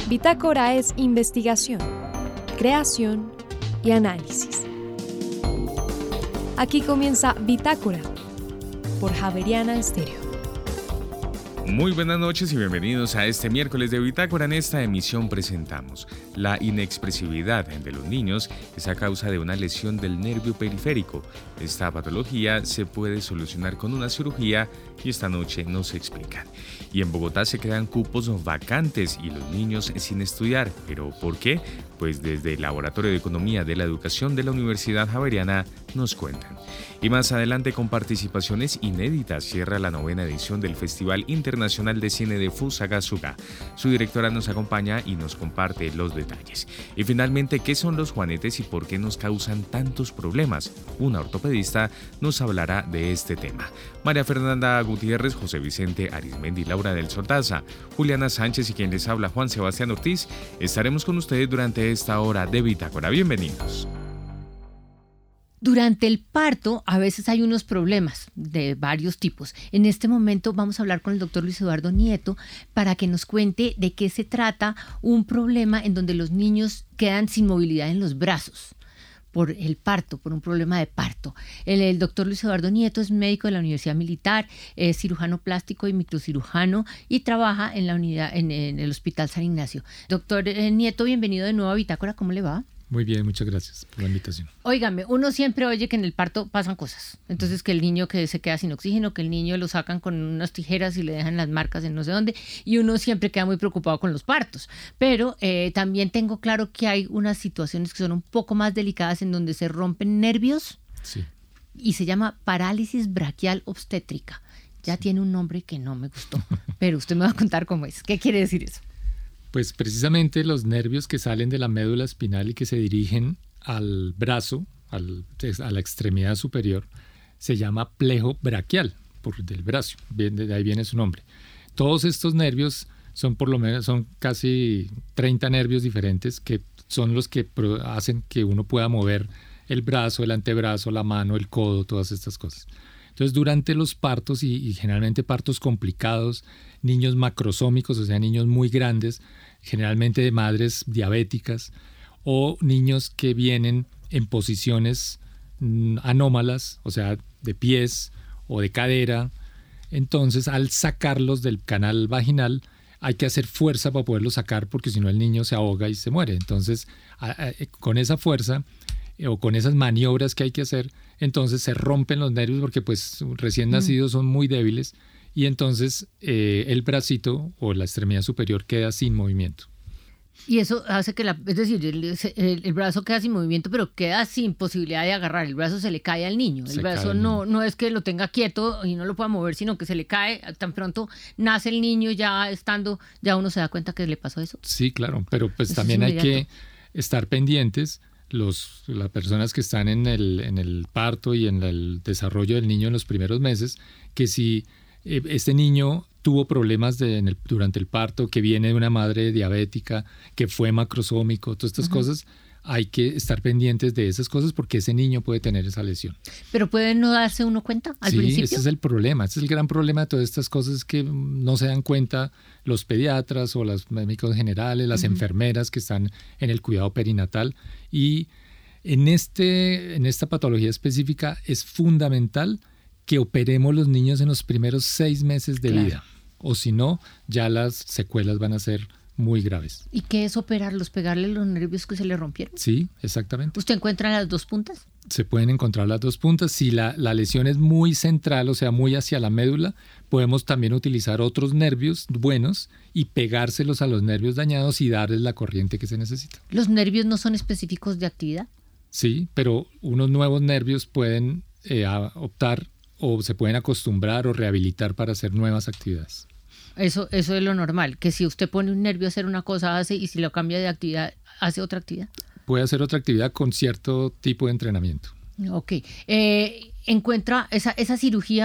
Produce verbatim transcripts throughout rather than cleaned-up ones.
Bitácora es investigación, creación y análisis. Aquí comienza Bitácora por Javeriana Estéreo. Muy buenas noches y bienvenidos a este miércoles de Bitácora. En esta emisión presentamos: la inexpresividad de los niños es a causa de una lesión del nervio periférico. Esta patología se puede solucionar con una cirugía y esta noche nos explican. Y en Bogotá se quedan cupos vacantes y los niños sin estudiar. ¿Pero por qué? Pues desde el Laboratorio de Economía de la Educación de la Universidad Javeriana nos cuentan. Y más adelante, con participaciones inéditas, cierra la novena edición del Festival Internacional de Cine de Fusagasugá. Su directora nos acompaña y nos comparte los detalles. Y finalmente, ¿qué son los juanetes y por qué nos causan tantos problemas? Una ortopedista nos hablará de este tema. María Fernanda Gutiérrez, José Vicente Arizmendi, Laura del Sordaza, Juliana Sánchez y quien les habla, Juan Sebastián Ortiz, estaremos con ustedes durante esta hora de Bitácora. Bienvenidos. Durante el parto a veces hay unos problemas de varios tipos. En este momento vamos a hablar con el doctor Luis Eduardo Nieto para que nos cuente de qué se trata un problema en donde los niños quedan sin movilidad en los brazos por el parto, por un problema de parto. El, el doctor Luis Eduardo Nieto es médico de la Universidad Militar, es cirujano plástico y microcirujano y trabaja en la unidad en, en el Hospital San Ignacio. Doctor eh, Nieto, bienvenido de nuevo a Bitácora, ¿cómo le va? Muy bien, muchas gracias por la invitación. Óigame, uno siempre oye que en el parto pasan cosas. Entonces, que el niño que se queda sin oxígeno, que el niño lo sacan con unas tijeras y le dejan las marcas en no sé dónde, y uno siempre queda muy preocupado con los partos. Pero eh, también tengo claro que hay unas situaciones que son un poco más delicadas en donde se rompen nervios. Sí. Y se llama parálisis braquial obstétrica. Ya sí. Tiene un nombre que no me gustó, pero usted me va a contar cómo es. ¿Qué quiere decir eso? Pues precisamente los nervios que salen de la médula espinal y que se dirigen al brazo, al, a la extremidad superior, se llama plejo braquial, por del brazo, de ahí viene su nombre. Todos estos nervios son por lo menos, son casi treinta nervios diferentes que son los que hacen que uno pueda mover el brazo, el antebrazo, la mano, el codo, todas estas cosas. Entonces, durante los partos, y, y generalmente partos complicados, niños macrosómicos, o sea, niños muy grandes, generalmente de madres diabéticas, o niños que vienen en posiciones mm, anómalas, o sea, de pies o de cadera, entonces al sacarlos del canal vaginal hay que hacer fuerza para poderlos sacar, porque si no el niño se ahoga y se muere. Entonces, a, a, con esa fuerza o con esas maniobras que hay que hacer, entonces se rompen los nervios porque pues recién nacidos son muy débiles y entonces eh, el bracito o la extremidad superior queda sin movimiento. Y eso hace que, la, es decir, el, el, el brazo queda sin movimiento, pero queda sin posibilidad de agarrar. El brazo se le cae al niño. El Se brazo cae no, al niño. no es que lo tenga quieto y no lo pueda mover, sino que se le cae. Tan pronto nace el niño, ya estando, ya uno se da cuenta que le pasó eso. Sí, claro, pero pues Eso también es hay inmediato. que estar pendientes. Los, las personas que están en el, en el parto y en el desarrollo del niño en los primeros meses, que si eh, este niño tuvo problemas de, en el, durante el parto, que viene de una madre diabética, que fue macrosómico, todas estas uh-huh. cosas, hay que estar pendientes de esas cosas porque ese niño puede tener esa lesión. ¿Pero puede no darse uno cuenta al sí, principio? Sí, ese es el problema. Ese es el gran problema de todas estas cosas, es que no se dan cuenta los pediatras o los médicos generales, las uh-huh. enfermeras que están en el cuidado perinatal. Y en, este, en esta patología específica es fundamental que operemos los niños en los primeros seis meses de claro. vida. O si no, ya las secuelas van a ser muy graves. ¿Y qué es operarlos? ¿Pegarle los nervios que se le rompieron? Sí, exactamente. ¿Usted encuentra las dos puntas? Se pueden encontrar las dos puntas. Si la, la lesión es muy central, o sea, muy hacia la médula, podemos también utilizar otros nervios buenos y pegárselos a los nervios dañados y darles la corriente que se necesita. ¿Los nervios no son específicos de actividad? Sí, pero unos nuevos nervios pueden eh, optar o se pueden acostumbrar o rehabilitar para hacer nuevas actividades. Eso, eso es lo normal, que si usted pone un nervio a hacer una cosa hace y si lo cambia de actividad, hace otra actividad. Puede hacer otra actividad con cierto tipo de entrenamiento. Ok. Eh, ¿Encuentra esa, esa cirugía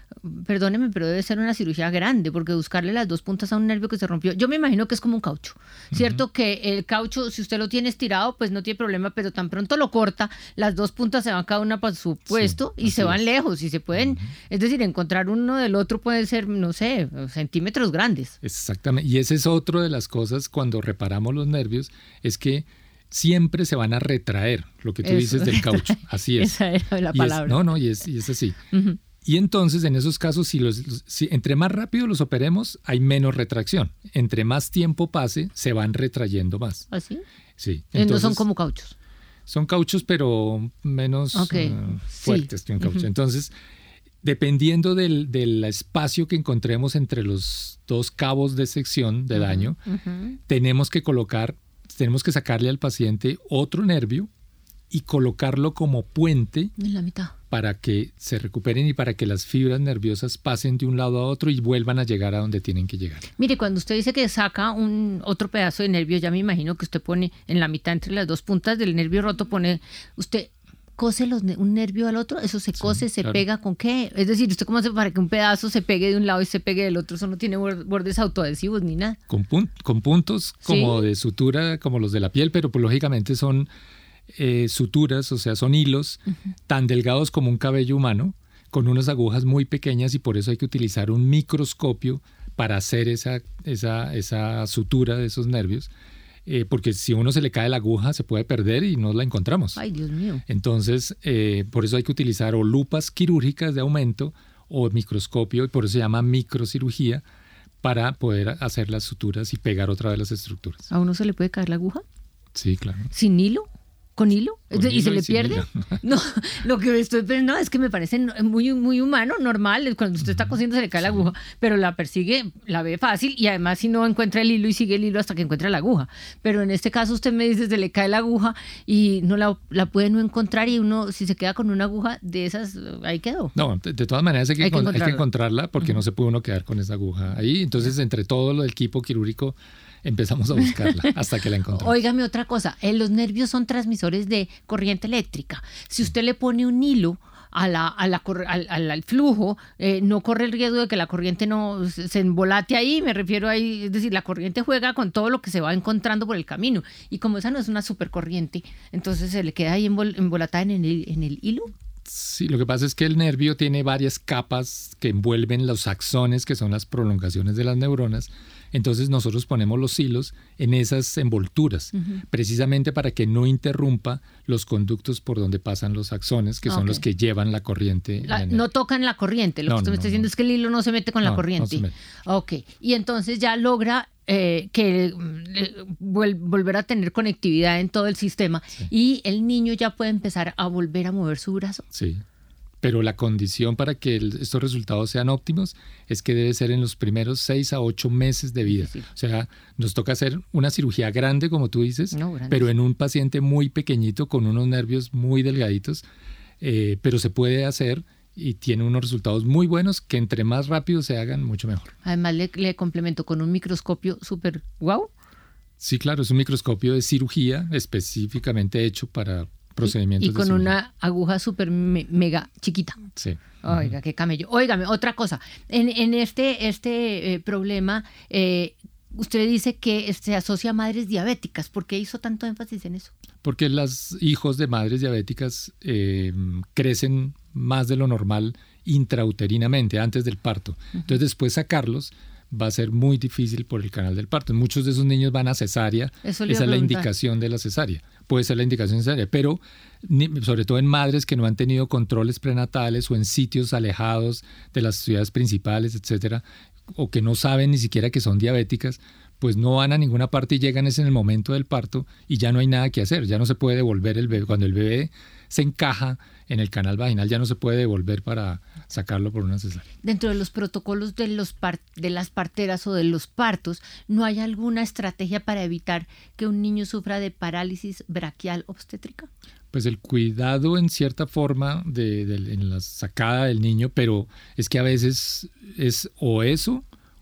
perdóneme, pero debe ser una cirugía grande, porque buscarle las dos puntas a un nervio que se rompió, yo me imagino que es como un caucho, ¿cierto? Uh-huh. Que el caucho, si usted lo tiene estirado, pues no tiene problema, pero tan pronto lo corta, las dos puntas se van cada una para su puesto sí, y se van es. lejos y se pueden, uh-huh. es decir, encontrar uno del otro puede ser, no sé, centímetros grandes. Exactamente, y esa es otra de las cosas cuando reparamos los nervios, es que siempre se van a retraer, lo que tú Eso. dices del caucho, así es. Esa era la y palabra. Es, no, no, y es, y es así. Uh-huh. Y entonces, en esos casos, si los, si entre más rápido los operemos, hay menos retracción. Entre más tiempo pase, se van retrayendo más. ¿Ah, sí? Sí. Entonces, no son como cauchos. Son cauchos, pero menos okay. uh, fuertes sí. que un caucho. Uh-huh. Entonces, dependiendo del, del espacio que encontremos entre los dos cabos de sección de uh-huh. daño, uh-huh. tenemos que colocar, tenemos que sacarle al paciente otro nervio y colocarlo como puente en la mitad para que se recuperen y para que las fibras nerviosas pasen de un lado a otro y vuelvan a llegar a donde tienen que llegar. Mire, cuando usted dice que saca un otro pedazo de nervio, ya me imagino que usted pone en la mitad entre las dos puntas del nervio roto, pone usted cose los, un nervio al otro, eso se cose, sí, se claro. pega ¿con qué? Es decir, ¿usted cómo hace para que un pedazo se pegue de un lado y se pegue del otro? Eso no tiene bordes autoadhesivos ni nada. Con, pun- con puntos como ¿Sí? de sutura, como los de la piel, pero pues, lógicamente son eh, suturas, o sea, son hilos uh-huh. tan delgados como un cabello humano, con unas agujas muy pequeñas y por eso hay que utilizar un microscopio para hacer esa, esa, esa sutura de esos nervios. Eh, porque si a uno se le cae la aguja se puede perder y no la encontramos. Ay, Dios mío. Entonces, eh, por eso hay que utilizar o lupas quirúrgicas de aumento o microscopio, y por eso se llama microcirugía, para poder hacer las suturas y pegar otra vez las estructuras. ¿A uno se le puede caer la aguja? Sí, claro. ¿Sin hilo? ¿Con hilo? Con ¿Y hilo se le y pierde? No, lo que estoy pensando no, es que me parece muy, muy humano, normal. Cuando usted está cosiendo se le cae sí. la aguja, pero la persigue, la ve fácil y además si no encuentra el hilo y sigue el hilo hasta que encuentra la aguja. Pero en este caso usted me dice se le cae la aguja y no la, la puede no encontrar y uno si se queda con una aguja de esas, ahí quedó. No, de, de todas maneras hay que, hay que, encontrarla. Hay que encontrarla porque uh-huh. no se puede uno quedar con esa aguja ahí. Entonces entre todo lo del equipo quirúrgico empezamos a buscarla hasta que la encontramos. Óigame otra cosa, eh, los nervios son transmisores de corriente eléctrica. Si usted le pone un hilo a la, a la, al, al, al flujo, eh, no corre el riesgo de que la corriente no se embolate ahí, me refiero ahí, es decir, la corriente juega con todo lo que se va encontrando por el camino. Y como esa no es una supercorriente, entonces se le queda ahí embol, embolatada en el, en el hilo. Sí, lo que pasa es que el nervio tiene varias capas que envuelven los axones, que son las prolongaciones de las neuronas. Entonces nosotros ponemos los hilos en esas envolturas, uh-huh. precisamente para que no interrumpa los conductos por donde pasan los axones, que son okay. los que llevan la corriente. La, no tocan la corriente, lo no, que usted no, me está diciendo no. es que el hilo no se mete con no, la corriente. No se mete. Ok, y entonces ya logra eh, que eh, vuel- volver a tener conectividad en todo el sistema sí. y el niño ya puede empezar a volver a mover su brazo. Sí. Pero la condición para que el, estos resultados sean óptimos es que debe ser en los primeros seis a ocho meses de vida. Sí. O sea, nos toca hacer una cirugía grande, como tú dices, no, pero en un paciente muy pequeñito con unos nervios muy delgaditos, eh, pero se puede hacer y tiene unos resultados muy buenos que entre más rápido se hagan, mucho mejor. Además, le, le complemento con un microscopio súper guau. Sí, claro, es un microscopio de cirugía específicamente hecho para procedimientos. Y, y con una aguja súper me, mega chiquita. Sí. Oiga, qué camello. Óigame, otra cosa. En, en este, este eh, problema, eh, usted dice que se asocia a madres diabéticas. ¿Por qué hizo tanto énfasis en eso? Porque los hijos de madres diabéticas eh, crecen más de lo normal intrauterinamente, antes del parto. Uh-huh. Entonces, después sacarlos va a ser muy difícil por el canal del parto. Muchos de esos niños van a cesárea. Esa es la indicación de la cesárea. Puede ser la indicación de cesárea, pero sobre todo en madres que no han tenido controles prenatales o en sitios alejados de las ciudades principales, etcétera, o que no saben ni siquiera que son diabéticas, pues no van a ninguna parte y llegan es en el momento del parto y ya no hay nada que hacer. Ya no se puede devolver el bebé. Cuando el bebé se encaja en el canal vaginal ya no se puede devolver para sacarlo por una cesárea. Dentro de los protocolos de, los par- de las parteras o de los partos, ¿no hay alguna estrategia para evitar que un niño sufra de parálisis braquial obstétrica? Pues el cuidado en cierta forma de, de, en la sacada del niño, pero es que a veces es o eso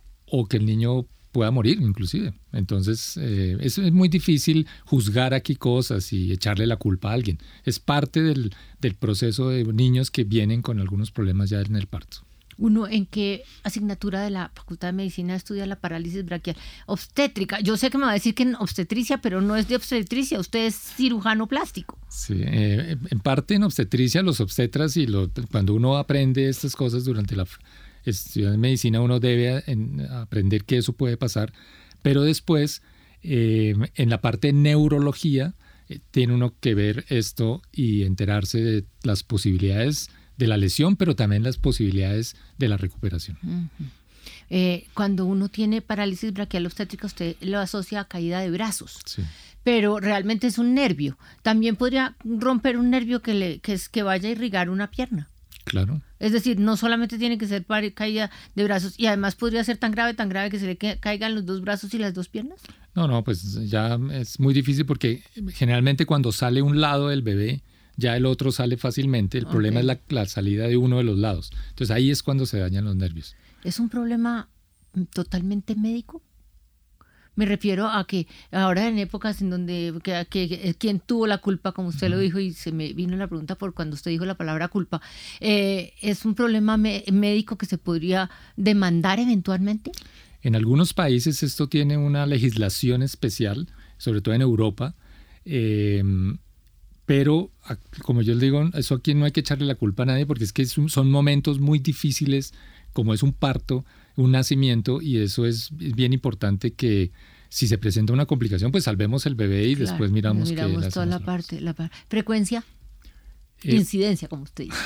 o que el niño pueda morir inclusive. Entonces eh, es, es muy difícil juzgar aquí cosas y echarle la culpa a alguien. Es parte del, del proceso de niños que vienen con algunos problemas ya en el parto. ¿Uno en qué asignatura de la Facultad de Medicina estudia la parálisis braquial? Obstétrica. Yo sé que me va a decir que en obstetricia, pero no es de obstetricia. Usted es cirujano plástico. Sí, eh, en parte en obstetricia, los obstetras y lo, cuando uno aprende estas cosas durante la estudio de medicina, uno debe en, aprender que eso puede pasar. Pero después, eh, en la parte de neurología, eh, tiene uno que ver esto y enterarse de las posibilidades de la lesión, pero también las posibilidades de la recuperación. Uh-huh. Eh, cuando uno tiene parálisis braquial obstétrica, usted lo asocia a caída de brazos, Sí. pero realmente es un nervio. También podría romper un nervio que, le, que, es, que vaya a irrigar una pierna. Claro. Es decir, no solamente tiene que ser caída de brazos, y además podría ser tan grave, tan grave que se le caigan los dos brazos y las dos piernas. No, no, pues ya es muy difícil porque generalmente cuando sale un lado del bebé, ya el otro sale fácilmente. El okay. problema es la, la salida de uno de los lados. Entonces ahí es cuando se dañan los nervios. ¿Es un problema totalmente médico? Me refiero a que ahora en épocas en donde que, que, quién tuvo la culpa, como usted uh-huh. lo dijo, y se me vino la pregunta por cuando usted dijo la palabra culpa, eh, ¿es un problema me- médico que se podría demandar eventualmente? En algunos países esto tiene una legislación especial, sobre todo en Europa, eh, pero como yo les digo, eso aquí no hay que echarle la culpa a nadie porque es que son momentos muy difíciles, como es un parto, un nacimiento, y eso es bien importante que si se presenta una complicación, pues salvemos el bebé y claro, después miramos, miramos que toda la parte, la parte. Frecuencia, eh, incidencia, como usted dice.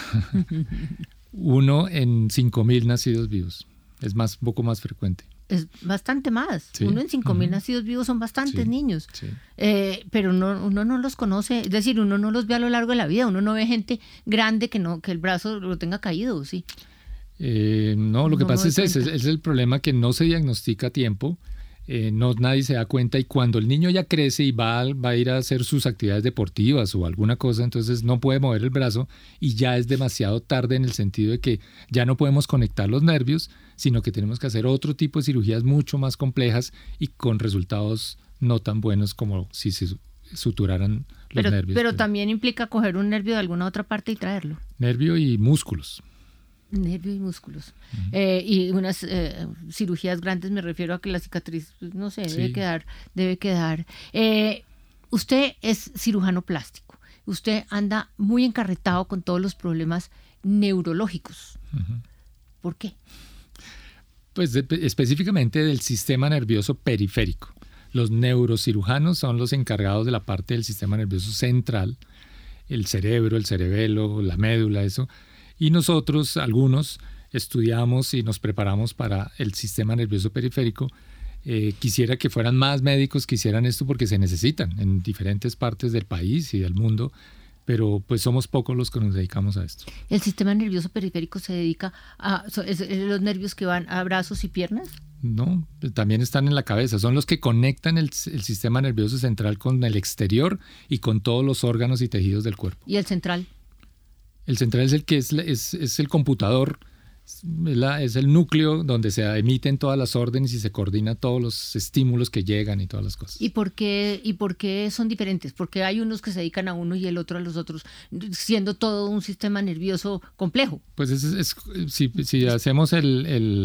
Uno en cinco mil nacidos vivos, es más, un poco más frecuente. Es bastante más. Sí. Uno en cinco mil uh-huh. nacidos vivos son bastantes sí. niños. Sí. Eh, pero no, uno no los conoce, es decir, uno no los ve a lo largo de la vida. Uno no ve gente grande que no que el brazo lo tenga caído, ¿sí? Eh, no, lo que no pasa es ese, es el problema que no se diagnostica a tiempo. Eh, no, nadie se da cuenta y cuando el niño ya crece y va, va a ir a hacer sus actividades deportivas o alguna cosa, entonces no puede mover el brazo y ya es demasiado tarde en el sentido de que ya no podemos conectar los nervios, sino que tenemos que hacer otro tipo de cirugías mucho más complejas y con resultados no tan buenos como si se suturaran los pero, nervios. Pero también implica coger un nervio de alguna otra parte y traerlo. Nervio y músculos. Nervio y músculos. Uh-huh. Eh, y unas eh, cirugías grandes, me refiero a que la cicatriz, no sé, debe sí. quedar. Debe quedar. Eh, usted es cirujano plástico. Usted anda muy encarretado con todos los problemas neurológicos. Uh-huh. ¿Por qué? Pues de, específicamente del sistema nervioso periférico. Los neurocirujanos son los encargados de la parte del sistema nervioso central, el cerebro, el cerebelo, la médula, eso. Y nosotros, algunos, estudiamos y nos preparamos para el sistema nervioso periférico. Eh, quisiera que fueran más médicos que hicieran esto porque se necesitan en diferentes partes del país y del mundo, pero pues somos pocos los que nos dedicamos a esto. ¿El sistema nervioso periférico se dedica a es, es los nervios que van a brazos y piernas? No, también están en la cabeza. Son los que conectan el, el sistema nervioso central con el exterior y con todos los órganos y tejidos del cuerpo. ¿Y el central? El central es el que es, es, es el computador, es, la, es el núcleo donde se emiten todas las órdenes y se coordinan todos los estímulos que llegan y todas las cosas. ¿Y por qué, y por qué son diferentes? Porque hay unos que se dedican a uno y el otro a los otros, siendo todo un sistema nervioso complejo. Pues es, es, si, si hacemos el,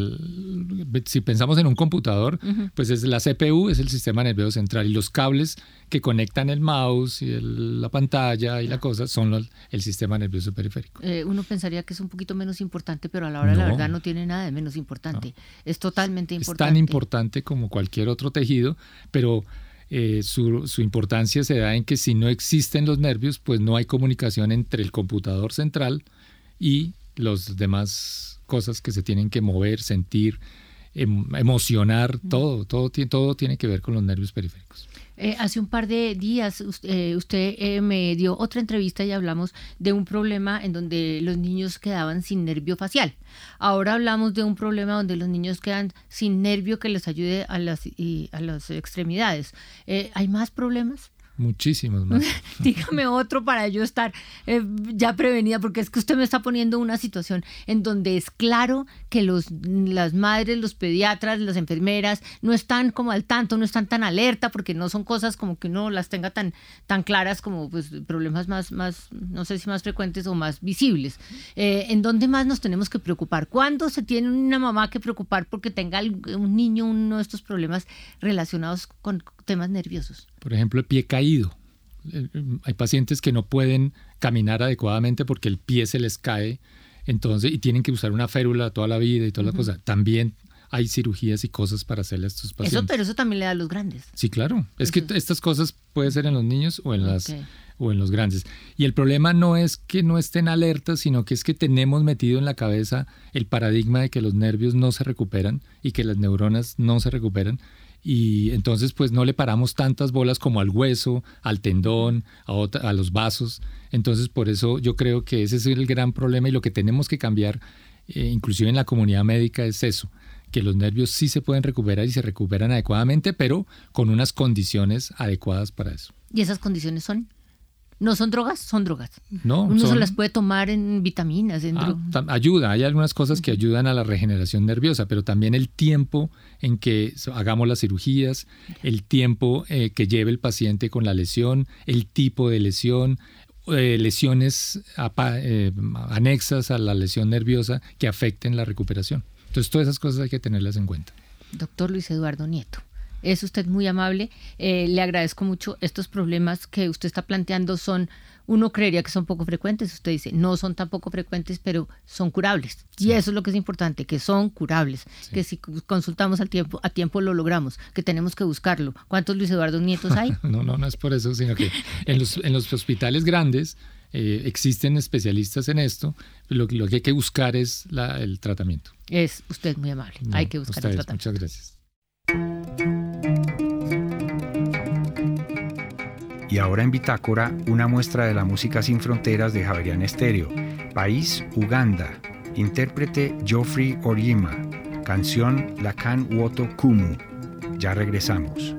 el, si pensamos en un computador, uh-huh. pues es la C P U, es el sistema nervioso central, y los cables que conectan el mouse y el, la pantalla y la cosa son los, el sistema nervioso periférico. Eh, uno pensaría que es un poquito menos importante, pero a la hora de no. la verdad no tiene nada de menos importante. No. Es totalmente importante. Es tan importante como cualquier otro tejido, pero eh, su, su importancia se da en que si no existen los nervios, pues no hay comunicación entre el computador central y los demás cosas que se tienen que mover, sentir, em, emocionar, mm. todo, todo, todo tiene que ver con los nervios periféricos. Eh, hace un par de días usted, usted eh, me dio otra entrevista y hablamos de un problema en donde los niños quedaban sin nervio facial. Ahora hablamos de un problema donde los niños quedan sin nervio que les ayude a las, y, a las extremidades. Eh, ¿Hay más problemas? Muchísimos más. Dígame otro para yo estar eh, ya prevenida, porque es que usted me está poniendo una situación en donde es claro que los, las madres, los pediatras, las enfermeras no están como al tanto, no están tan alerta, porque no son cosas como que uno las tenga tan, tan claras como pues, problemas más, más, no sé si más frecuentes o más visibles. Eh, ¿En dónde más nos tenemos que preocupar? ¿Cuándo se tiene una mamá que preocupar porque tenga un niño uno de estos problemas relacionados con temas nerviosos? Por ejemplo, el pie caído. Hay pacientes que no pueden caminar adecuadamente porque el pie se les cae, entonces, y tienen que usar una férula toda la vida y toda uh-huh. la cosa. También hay cirugías y cosas para hacerle a estos pacientes. Eso, pero eso también le da a los grandes. Sí, claro. Es eso. Que estas cosas pueden ser en los niños o en, las, okay. o en los grandes. Y el problema no es que no estén alertas, sino que es que tenemos metido en la cabeza el paradigma de que los nervios no se recuperan y que las neuronas no se recuperan. Y entonces pues no le paramos tantas bolas como al hueso, al tendón, a, otra, a los vasos. Entonces por eso yo creo que ese es el gran problema y lo que tenemos que cambiar, eh, inclusive en la comunidad médica, es eso, que los nervios sí se pueden recuperar y se recuperan adecuadamente, pero con unas condiciones adecuadas para eso. ¿Y esas condiciones son? ¿No son drogas? Son drogas. No, Uno son... se las puede tomar en vitaminas. En ah, dro... ayuda, hay algunas cosas que ayudan a la regeneración nerviosa, pero también el tiempo en que hagamos las cirugías, el tiempo eh, que lleve el paciente con la lesión, el tipo de lesión, eh, lesiones apa, eh, anexas a la lesión nerviosa que afecten la recuperación. Entonces todas esas cosas hay que tenerlas en cuenta. Doctor Luis Eduardo Nieto, es usted muy amable, eh, le agradezco mucho. Estos problemas que usted está planteando son, uno creería que son poco frecuentes, usted dice, no son tan poco frecuentes, pero son curables. Sí. Y eso es lo que es importante, que son curables, sí. Que si consultamos al tiempo, a tiempo lo logramos, que tenemos que buscarlo. ¿Cuántos Luis Eduardo Nietos hay? no, no, no es por eso, sino que en los, en los hospitales grandes eh, existen especialistas en esto, lo, lo que hay que buscar es la, el tratamiento. Es usted muy amable, no, hay que buscar ustedes, el tratamiento. Muchas gracias. Y ahora en Bitácora, una muestra de la música sin fronteras de Javeriana Estéreo. País, Uganda. Intérprete, Geoffrey Oryima. Canción, Lakan Woto Kumu. Ya regresamos.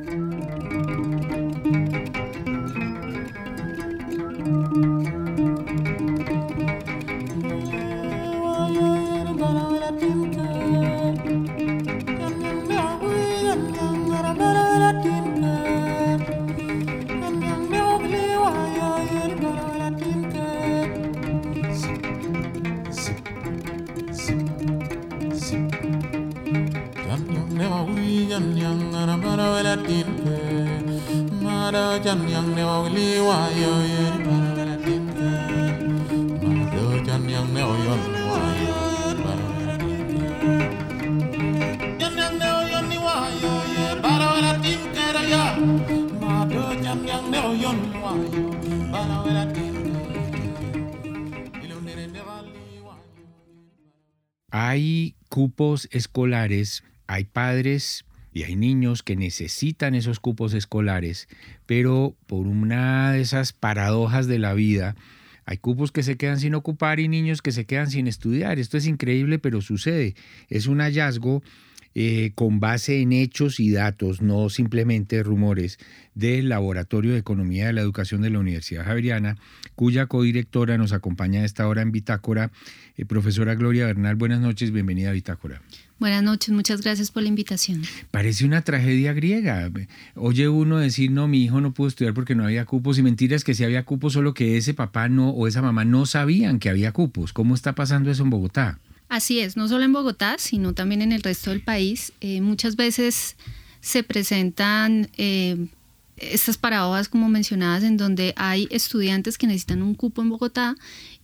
Hay cupos escolares, hay padres y hay niños que necesitan esos cupos escolares, pero por una de esas paradojas de la vida, hay cupos que se quedan sin ocupar y niños que se quedan sin estudiar. Esto es increíble, pero sucede. Es un hallazgo eh, con base en hechos y datos, no simplemente rumores, del Laboratorio de Economía de la Educación de la Universidad Javeriana, cuya codirectora nos acompaña a esta hora en Bitácora. Eh, profesora Gloria Bernal, buenas noches, bienvenida a Bitácora. Buenas noches, muchas gracias por la invitación. Parece una tragedia griega. Oye uno decir, no, mi hijo no pudo estudiar porque no había cupos, y mentiras que sí había cupos, solo que ese papá no o esa mamá no sabían que había cupos. ¿Cómo está pasando eso en Bogotá? Así es, no solo en Bogotá, sino también en el resto del país. Eh, muchas veces se presentan eh, estas paradojas como mencionadas, en donde hay estudiantes que necesitan un cupo en Bogotá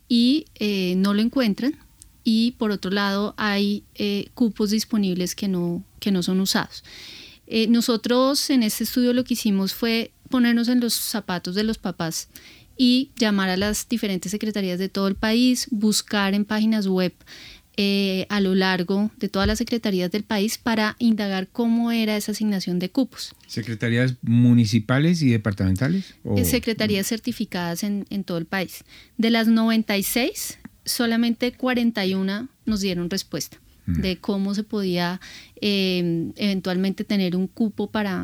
y eh, no lo encuentran. Y por otro lado hay eh, cupos disponibles que no, que no son usados. Eh, nosotros en este estudio lo que hicimos fue ponernos en los zapatos de los papás y llamar a las diferentes secretarías de todo el país, buscar en páginas web eh, a lo largo de todas las secretarías del país para indagar cómo era esa asignación de cupos. ¿Secretarías municipales y departamentales? ¿O? Secretarías certificadas en, en todo el país. De las noventa y seis... solamente cuarenta y uno nos dieron respuesta mm. de cómo se podía eh, eventualmente tener un cupo para,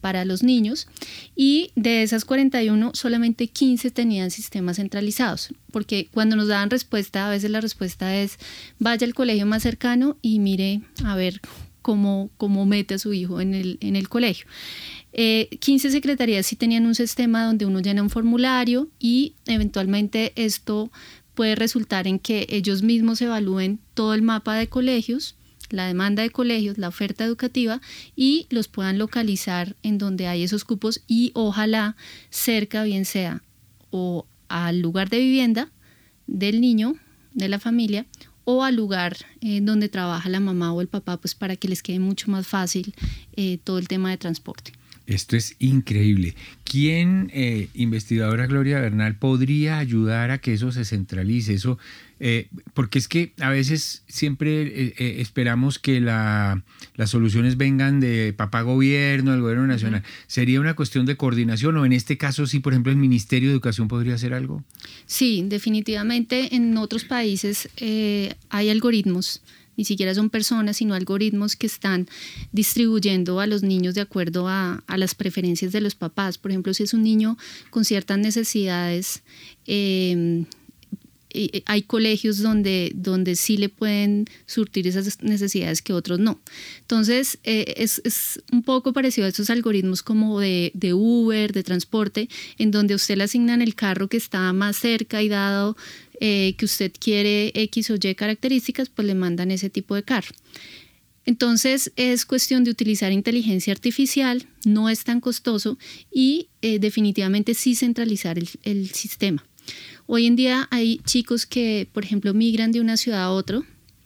para los niños, y de esas cuarenta y uno solamente quince tenían sistemas centralizados, porque cuando nos daban respuesta, a veces la respuesta es vaya al colegio más cercano y mire a ver cómo, cómo mete a su hijo en el, en el colegio. Eh, quince secretarías sí tenían un sistema donde uno llena un formulario y eventualmente esto puede resultar en que ellos mismos evalúen todo el mapa de colegios, la demanda de colegios, la oferta educativa, y los puedan localizar en donde hay esos cupos, y ojalá cerca, bien sea o al lugar de vivienda del niño, de la familia, o al lugar eh, donde trabaja la mamá o el papá, pues para que les quede mucho más fácil eh, todo el tema de transporte. Esto es increíble. ¿Quién, eh, investigadora Gloria Bernal, podría ayudar a que eso se centralice? Eso, eh, porque es que a veces siempre eh, eh, esperamos que la, las soluciones vengan de papá gobierno, del gobierno nacional. Uh-huh. ¿Sería una cuestión de coordinación, o en este caso sí, por ejemplo, el Ministerio de Educación podría hacer algo? Sí, definitivamente en otros países eh, hay algoritmos. Ni siquiera son personas, sino algoritmos que están distribuyendo a los niños de acuerdo a, a las preferencias de los papás. Por ejemplo, si es un niño con ciertas necesidades, eh, hay colegios donde, donde sí le pueden surtir esas necesidades que otros no. Entonces, eh, es, es un poco parecido a estos algoritmos como de, de Uber, de transporte, en donde a usted le asignan el carro que está más cerca, y dado eh, que usted quiere X o Y características, pues le mandan ese tipo de carro. Entonces, es cuestión de utilizar inteligencia artificial, no es tan costoso, y eh, definitivamente sí centralizar el, el sistema. Hoy en día hay chicos que, por ejemplo, migran de una ciudad a otra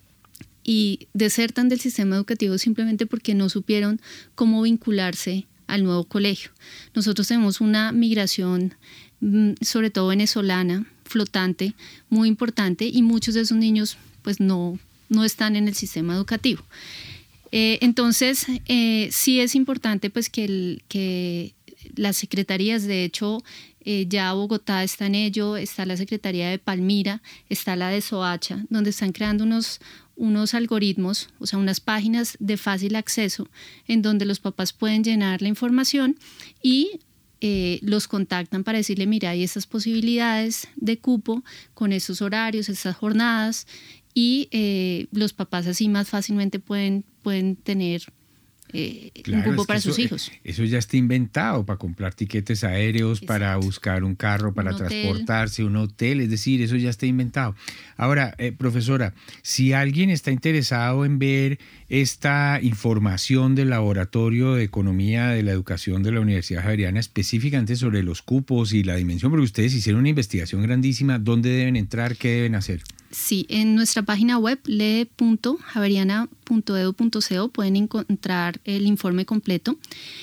y desertan del sistema educativo simplemente porque no supieron cómo vincularse al nuevo colegio. Nosotros tenemos una migración, sobre todo venezolana, flotante, muy importante, y muchos de esos niños pues no, no están en el sistema educativo. Eh, entonces, eh, sí es importante pues que, el, que las secretarías, de hecho, Eh, ya Bogotá está en ello, está la Secretaría de Palmira, está la de Soacha, donde están creando unos, unos algoritmos, o sea, unas páginas de fácil acceso en donde los papás pueden llenar la información y eh, los contactan para decirle, mira, hay estas posibilidades de cupo con estos horarios, estas jornadas, y eh, los papás así más fácilmente pueden, pueden tener Eh, claro, un cupo es para sus eso, hijos. Eso ya está inventado para comprar tiquetes aéreos, exacto, para buscar un carro, para un transportarse, hotel. un hotel, es decir, eso ya está inventado. Ahora, eh, profesora, si alguien está interesado en ver esta información del Laboratorio de Economía de la Educación de la Universidad Javeriana, específicamente sobre los cupos y la dimensión, porque ustedes hicieron una investigación grandísima, ¿dónde deben entrar? ¿Qué deben hacer? Sí, en nuestra página web lee punto javeriana punto edu punto co pueden encontrar el informe completo.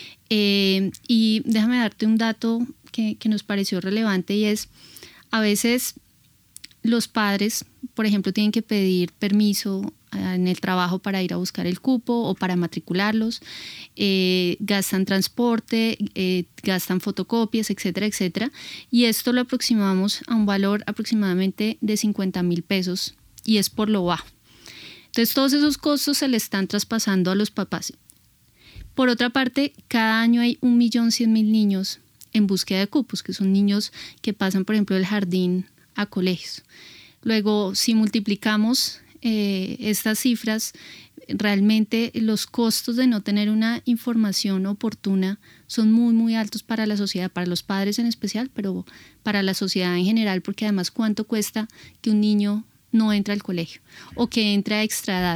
Eh, y déjame darte un dato que, que nos pareció relevante, y es, a veces los padres, por ejemplo, tienen que pedir permiso en el trabajo para ir a buscar el cupo o para matricularlos, eh, gastan transporte, eh, gastan fotocopias, etcétera, etcétera, y esto lo aproximamos a un valor aproximadamente de cincuenta mil pesos, y es por lo bajo. Entonces, todos esos costos se le están traspasando a los papás. Por otra parte, cada año hay un millón cien mil niños en búsqueda de cupos, que son niños que pasan, por ejemplo, del jardín a colegios. Luego, si multiplicamos eh, estas cifras, realmente los costos de no tener una información oportuna son muy, muy altos para la sociedad, para los padres en especial, pero para la sociedad en general, porque además, ¿cuánto cuesta que un niño no entre al colegio o que entre a extraedad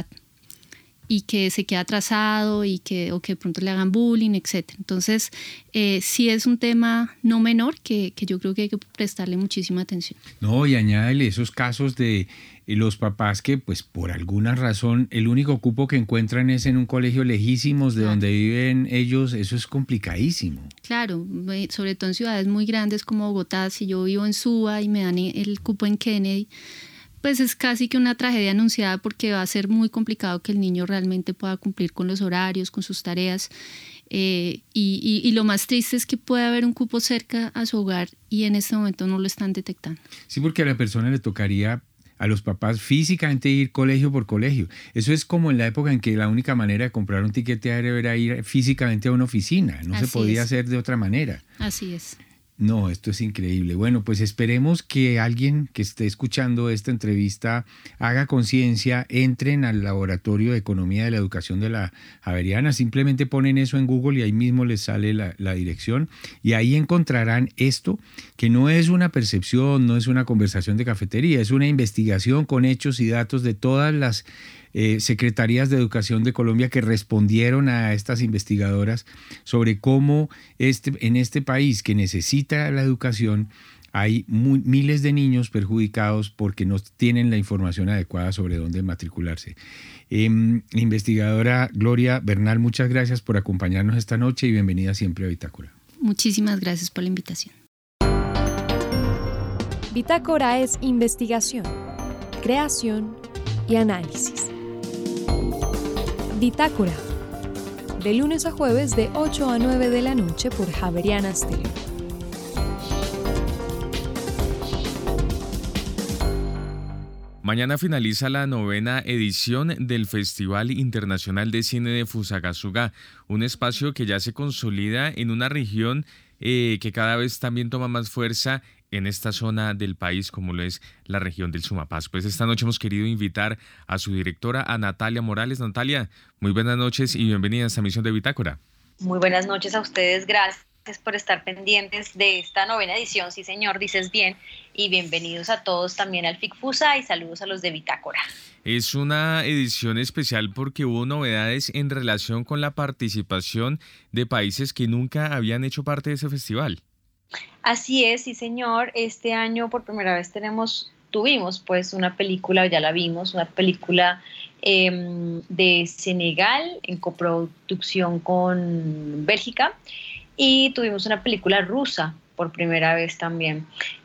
y que se queda atrasado y que, o que de pronto le hagan bullying, etcétera? Entonces, eh, sí es un tema no menor que, que yo creo que hay que prestarle muchísima atención. No, y añádele esos casos de los papás que, pues, por alguna razón, el único cupo que encuentran es en un colegio lejísimos de claro. donde viven ellos. Eso es complicadísimo. Claro, sobre todo en ciudades muy grandes como Bogotá. Si yo vivo en Suba y me dan el cupo en Kennedy, pues es casi que una tragedia anunciada, porque va a ser muy complicado que el niño realmente pueda cumplir con los horarios, con sus tareas. Eh, y, y, y lo más triste es que puede haber un cupo cerca a su hogar y en este momento no lo están detectando. Sí, porque a la persona le tocaría a los papás físicamente ir colegio por colegio. Eso es como en la época en que la única manera de comprar un tiquete aéreo era ir físicamente a una oficina, no Así se podía es. hacer de otra manera. Así es. No, esto es increíble. Bueno, pues esperemos que alguien que esté escuchando esta entrevista haga conciencia, entren al Laboratorio de Economía de la Educación de la Javeriana, simplemente ponen eso en Google y ahí mismo les sale la, la dirección y ahí encontrarán esto, que no es una percepción, no es una conversación de cafetería, es una investigación con hechos y datos de todas las Eh, secretarías de Educación de Colombia que respondieron a estas investigadoras sobre cómo este, en este país que necesita la educación hay muy, miles de niños perjudicados porque no tienen la información adecuada sobre dónde matricularse. Eh, investigadora Gloria Bernal, muchas gracias por acompañarnos esta noche y bienvenida siempre a Bitácora. Muchísimas gracias por la invitación. Bitácora es investigación, creación y análisis. Bitácora, de lunes a jueves de ocho a nueve de la noche por Javerianas T V. Mañana finaliza la novena edición del Festival Internacional de Cine de Fusagasugá, un espacio que ya se consolida en una región eh, que cada vez también toma más fuerza en esta zona del país, como lo es la región del Sumapaz. Pues esta noche hemos querido invitar a su directora, a Natalia Morales. Natalia, muy buenas noches y bienvenida a esta emisión de Bitácora. Muy buenas noches a ustedes, gracias por estar pendientes de esta novena edición, sí señor, dices bien, y bienvenidos a todos también al FICFUSA y saludos a los de Bitácora. Es una edición especial porque hubo novedades en relación con la participación de países que nunca habían hecho parte de ese festival. Así es, sí señor, este año por primera vez tenemos, tuvimos pues una película, ya la vimos, una película eh, de Senegal en coproducción con Bélgica y tuvimos una película rusa por primera vez también.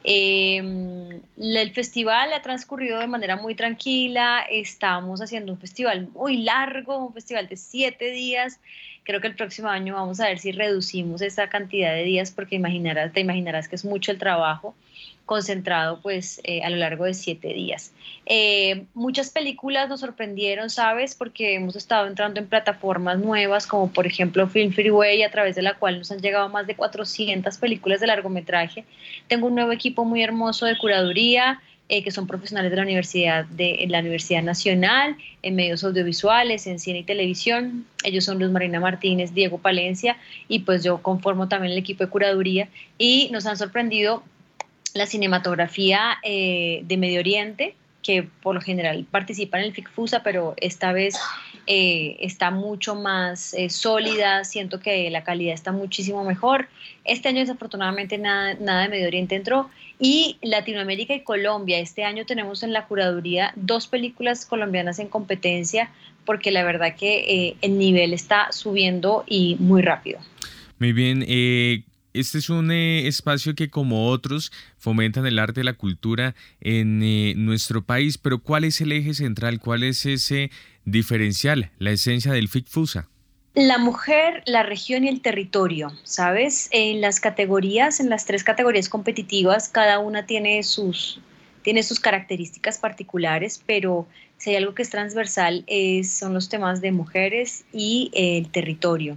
Eh, el festival ha transcurrido de manera muy tranquila, estamos haciendo un festival muy largo, un festival de siete días. Creo que el próximo año vamos a ver si reducimos esa cantidad de días porque imaginarás, te imaginarás que es mucho el trabajo concentrado pues eh, a lo largo de siete días. Eh, muchas películas nos sorprendieron, ¿sabes? Porque hemos estado entrando en plataformas nuevas como por ejemplo Film Freeway, a través de la cual nos han llegado más de cuatrocientas películas de largometraje. Tengo un nuevo equipo muy hermoso de curaduría, Eh, que son profesionales de la Universidad, de la Universidad Nacional, en medios audiovisuales, en cine y televisión. Ellos son Luz Marina Martínez, Diego Palencia, y pues yo conformo también el equipo de curaduría, y nos han sorprendido la cinematografía eh, de Medio Oriente, que por lo general participa en el FICFUSA, pero esta vez eh, está mucho más eh, sólida, siento que la calidad está muchísimo mejor. Este año desafortunadamente nada, nada de Medio Oriente entró, y Latinoamérica y Colombia, este año tenemos en la curaduría dos películas colombianas en competencia, porque la verdad que eh, el nivel está subiendo y muy rápido. Muy bien, eh... Este es un eh, espacio que, como otros, fomentan el arte y la cultura en eh, nuestro país, pero ¿cuál es el eje central? ¿Cuál es ese diferencial, la esencia del FICFUSA? La mujer, la región y el territorio, ¿sabes? En las categorías, en las tres categorías competitivas, cada una tiene sus, tiene sus características particulares, pero si hay algo que es transversal es, son los temas de mujeres y eh, el territorio.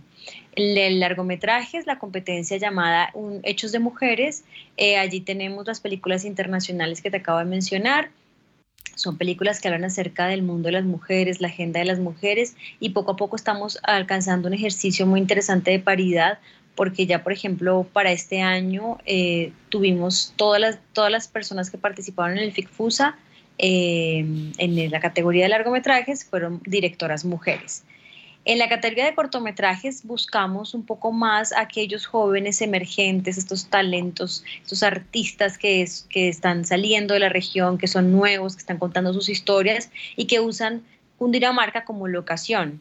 El largometraje es la competencia llamada un, Hechos de Mujeres. Eh, allí tenemos las películas internacionales que te acabo de mencionar. Son películas que hablan acerca del mundo de las mujeres, la agenda de las mujeres, y poco a poco estamos alcanzando un ejercicio muy interesante de paridad, porque ya, por ejemplo, para este año eh, tuvimos todas las, todas las personas que participaron en el FICFUSA eh, en la categoría de largometrajes fueron directoras mujeres. En la categoría de cortometrajes buscamos un poco más a aquellos jóvenes emergentes, estos talentos, estos artistas que, es, que están saliendo de la región, que son nuevos, que están contando sus historias y que usan Cundinamarca como locación.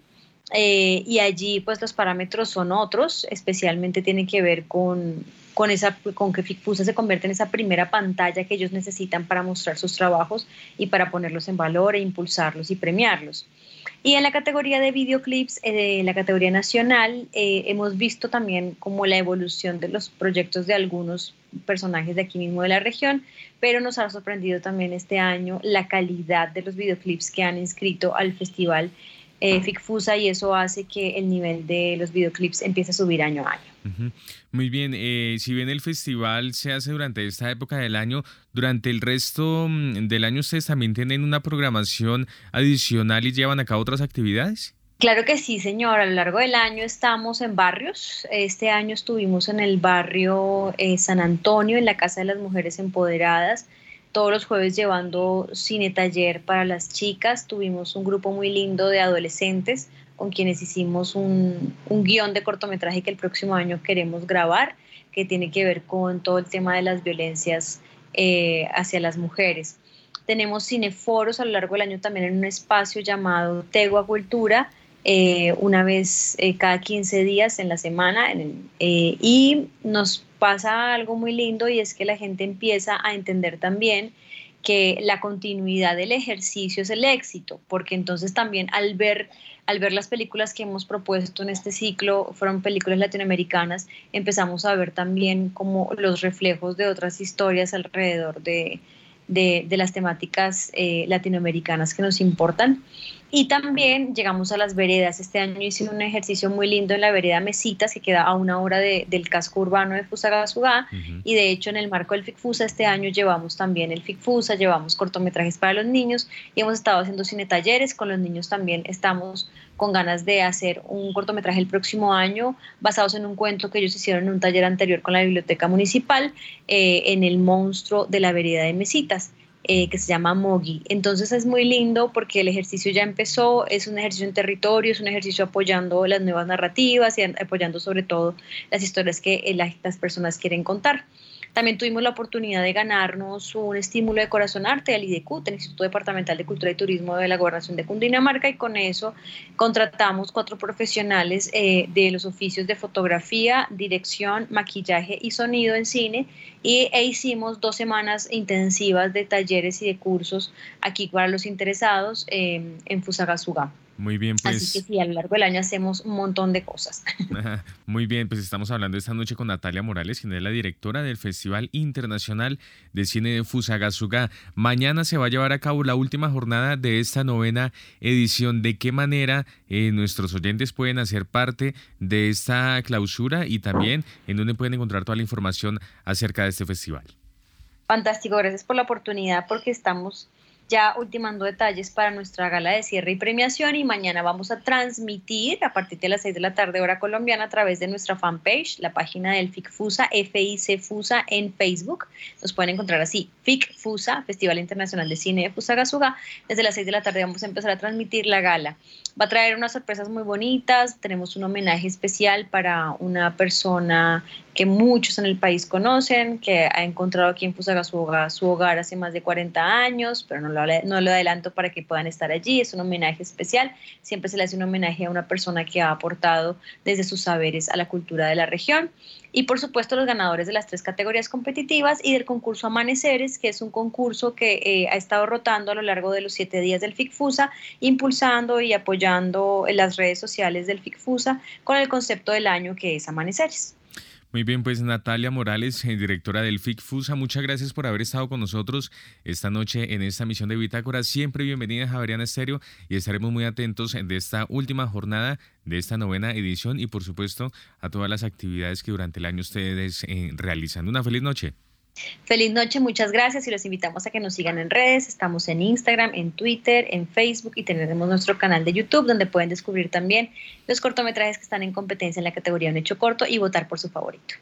eh, y allí pues los parámetros son otros, especialmente tiene que ver con, con, esa, con que FICFUSA se convierte en esa primera pantalla que ellos necesitan para mostrar sus trabajos y para ponerlos en valor e impulsarlos y premiarlos. Y en la categoría de videoclips, eh, la categoría nacional, eh, hemos visto también como la evolución de los proyectos de algunos personajes de aquí mismo de la región, pero nos ha sorprendido también este año la calidad de los videoclips que han inscrito al festival eh, FICFUSA, y eso hace que el nivel de los videoclips empiece a subir año a año. Uh-huh. Muy bien, eh, si bien el festival se hace durante esta época del año, durante el resto del año ustedes también tienen una programación adicional y llevan a cabo otras actividades. Claro que sí, señor. A lo largo del año estamos en barrios. Este año estuvimos en el barrio eh, San Antonio, en la Casa de las Mujeres Empoderadas, todos los jueves llevando cine taller para las chicas. Tuvimos un grupo muy lindo de adolescentes con quienes hicimos un, un guión de cortometraje que el próximo año queremos grabar, que tiene que ver con todo el tema de las violencias eh, hacia las mujeres. Tenemos cineforos a lo largo del año también en un espacio llamado Tegua Cultura, eh, una vez eh, cada quince días en la semana, en el, eh, y nos pasa algo muy lindo, y es que la gente empieza a entender también que la continuidad del ejercicio es el éxito, porque entonces también al ver, al ver las películas que hemos propuesto en este ciclo, fueron películas latinoamericanas, empezamos a ver también como los reflejos de otras historias alrededor de, de, de las temáticas eh, latinoamericanas que nos importan. Y también llegamos a las veredas. Este año hicimos un ejercicio muy lindo en la vereda Mesitas, que queda a una hora de, del casco urbano de Fusagasugá. Uh-huh. Y de hecho en el marco del FICFUSA este año llevamos también el FICFUSA, llevamos cortometrajes para los niños y hemos estado haciendo cine talleres con los niños también. Estamos con ganas de hacer un cortometraje el próximo año basados en un cuento que ellos hicieron en un taller anterior con la biblioteca municipal, eh, en el monstruo de la vereda de Mesitas. Eh, que se llama Mogi. Entonces es muy lindo porque el ejercicio ya empezó, es un ejercicio en territorio, es un ejercicio apoyando las nuevas narrativas y apoyando sobre todo las historias que eh, la, las personas quieren contar. También tuvimos la oportunidad de ganarnos un estímulo de Corazón Arte del I D E C U T, el Instituto Departamental de Cultura y Turismo de la Gobernación de Cundinamarca, y con eso contratamos cuatro profesionales eh, de los oficios de fotografía, dirección, maquillaje y sonido en cine, y, e hicimos dos semanas intensivas de talleres y de cursos aquí para los interesados eh, en Fusagasugá. Muy bien, pues. Así que sí, a lo largo del año hacemos un montón de cosas. Muy bien, pues estamos hablando esta noche con Natalia Morales, quien es la directora del Festival Internacional de Cine de Fusagasugá. Mañana se va a llevar a cabo la última jornada de esta novena edición. ¿De qué manera eh, nuestros oyentes pueden hacer parte de esta clausura y también en dónde pueden encontrar toda la información acerca de este festival? Fantástico, gracias por la oportunidad, porque estamos ya ultimando detalles para nuestra gala de cierre y premiación, y mañana vamos a transmitir a partir de las seis de la tarde hora colombiana a través de nuestra fanpage, la página del FICFUSA, F I C FUSA en Facebook. Nos pueden encontrar así, FICFUSA, Festival Internacional de Cine de Fusagasugá. Desde las seis de la tarde vamos a empezar a transmitir la gala. Va a traer unas sorpresas muy bonitas. Tenemos un homenaje especial para una persona que muchos en el país conocen, que ha encontrado aquí en Fusagasugá su hogar hace más de cuarenta años, pero no lo, no lo adelanto para que puedan estar allí. Es un homenaje especial. Siempre se le hace un homenaje a una persona que ha aportado desde sus saberes a la cultura de la región. Y por supuesto los ganadores de las tres categorías competitivas y del concurso Amaneceres, que es un concurso que eh, ha estado rotando a lo largo de los siete días del FICFUSA, impulsando y apoyando en las redes sociales del FICFUSA con el concepto del año, que es Amaneceres. Muy bien, pues Natalia Morales, directora del FICFUSA, muchas gracias por haber estado con nosotros esta noche en esta emisión de Bitácora. Siempre bienvenida a Javeriana Estéreo, y estaremos muy atentos de esta última jornada de esta novena edición y por supuesto a todas las actividades que durante el año ustedes eh, realizan. Una feliz noche. Feliz noche, muchas gracias, y los invitamos a que nos sigan en redes. Estamos en Instagram, en Twitter, en Facebook, y tenemos nuestro canal de YouTube donde pueden descubrir también los cortometrajes que están en competencia en la categoría Un Hecho Corto y votar por su favorito.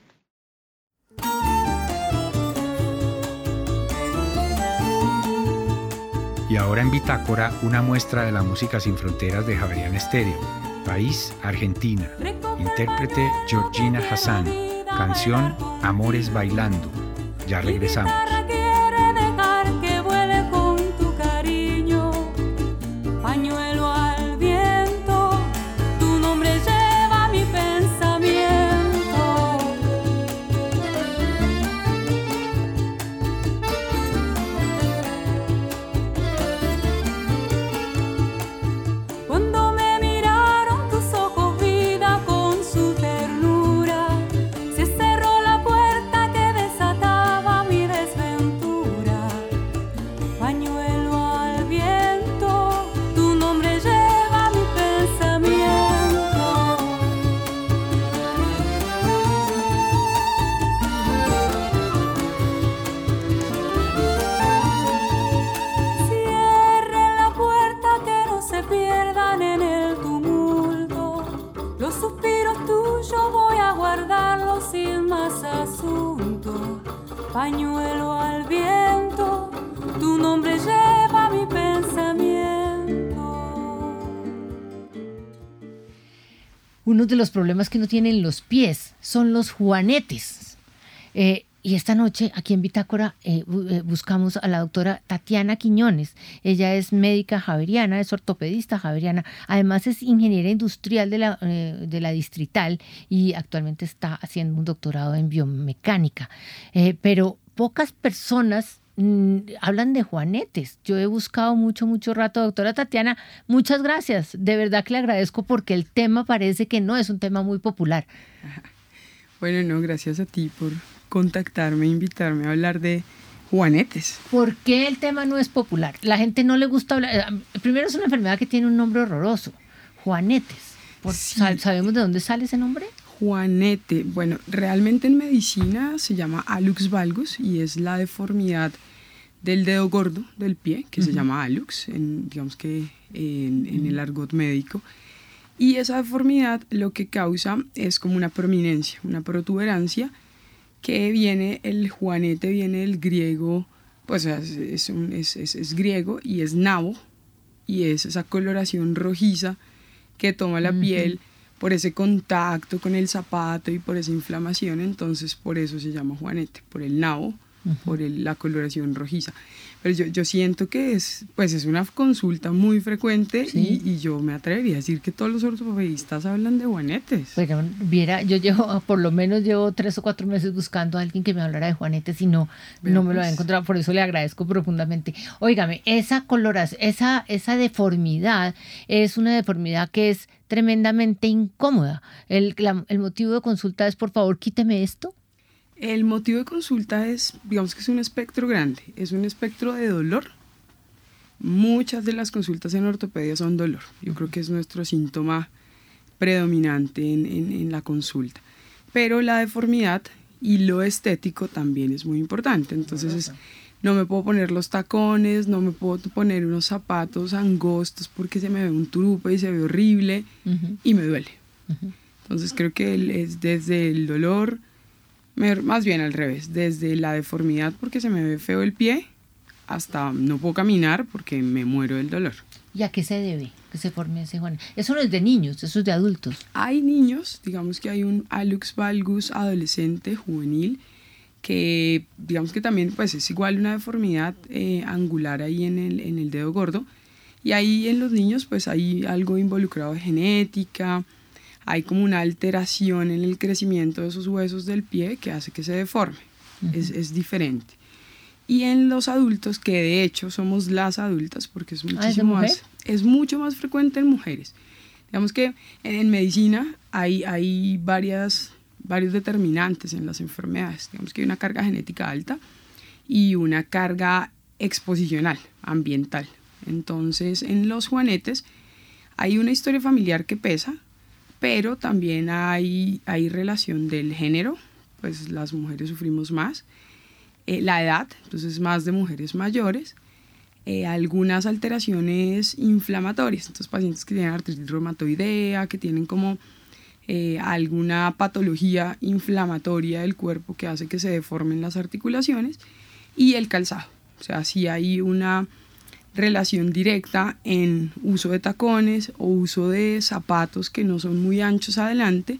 Y ahora en Bitácora, una muestra de la música sin fronteras de Javeriana Estéreo. País, Argentina. Intérprete, Georgina Hassan. Canción, Amores Bailando. Ya regresamos. sin más asunto, pañuelo al viento, tu nombre lleva mi pensamiento. Uno de los problemas que no tienen los pies son los juanetes. Eh, Y esta noche, aquí en Bitácora, eh, buscamos a la doctora Tatiana Quiñones. Ella es médica javeriana, es ortopedista javeriana. Además, es ingeniera industrial de la, eh, de la Distrital y actualmente está haciendo un doctorado en biomecánica. Eh, pero pocas personas mmm, hablan de juanetes. Yo he buscado mucho, mucho rato. Doctora Tatiana, muchas gracias. De verdad que le agradezco porque el tema parece que no es un tema muy popular. Bueno, no, gracias a ti por contactarme, invitarme a hablar de juanetes. ¿Por qué el tema no es popular? La gente no le gusta hablar. Primero, es una enfermedad que tiene un nombre horroroso, juanetes. Por, sí. ¿Sabemos de dónde sale ese nombre? Juanete, bueno, realmente en medicina se llama hallux valgus y es la deformidad del dedo gordo del pie, que uh-huh. se llama hallux, en, digamos que en, en uh-huh. el argot médico. Y esa deformidad lo que causa es como una prominencia, una protuberancia, que viene, el juanete viene del griego, pues es, es, un, es, es, es griego y es nabo, y es esa coloración rojiza que toma la uh-huh. piel por ese contacto con el zapato y por esa inflamación, entonces por eso se llama juanete, por el nabo, uh-huh. por el, la coloración rojiza. Pero yo, yo siento que es, pues es una consulta muy frecuente ¿sí? y, y yo me atrevería a decir que todos los ortopedistas hablan de juanetes. Pero viera, yo llevo, por lo menos llevo tres o cuatro meses buscando a alguien que me hablara de juanetes y no, no me pues. lo he encontrado, por eso le agradezco profundamente. Óigame, esa coloración, esa, esa deformidad es una deformidad que es tremendamente incómoda. El, la, el motivo de consulta es, por favor, quíteme esto. El motivo de consulta es, digamos que es un espectro grande, es un espectro de dolor. Muchas de las consultas en ortopedia son dolor. Yo creo que es nuestro síntoma predominante en, en, en la consulta. Pero la deformidad y lo estético también es muy importante. Entonces es, no me puedo poner los tacones, no me puedo poner unos zapatos angostos porque se me ve un turupe y se ve horrible uh-huh. y me duele. Uh-huh. Entonces creo que es desde el dolor, más bien al revés, desde la deformidad porque se me ve feo el pie hasta no puedo caminar porque me muero del dolor. ¿Y a qué se debe que se forme ese juanete? Eso no es de niños, eso es de adultos. Hay niños, digamos que hay un hallux valgus adolescente, juvenil, que digamos que también pues es igual una deformidad eh, angular ahí en el, en el dedo gordo. Y ahí en los niños pues hay algo involucrado de genética, hay como una alteración en el crecimiento de esos huesos del pie que hace que se deforme, uh-huh. es, es diferente. Y en los adultos, que de hecho somos las adultas, porque es muchísimo más, es mucho más frecuente en mujeres. Digamos que en medicina hay, hay varias, varios determinantes en las enfermedades. Digamos que hay una carga genética alta y una carga exposicional, ambiental. Entonces en los juanetes hay una historia familiar que pesa, pero también hay, hay relación del género, pues las mujeres sufrimos más, eh, la edad, entonces más de mujeres mayores, eh, algunas alteraciones inflamatorias, entonces pacientes que tienen artritis reumatoidea, que tienen como eh, alguna patología inflamatoria del cuerpo que hace que se deformen las articulaciones, y el calzado, o sea, si hay una relación directa en uso de tacones o uso de zapatos que no son muy anchos adelante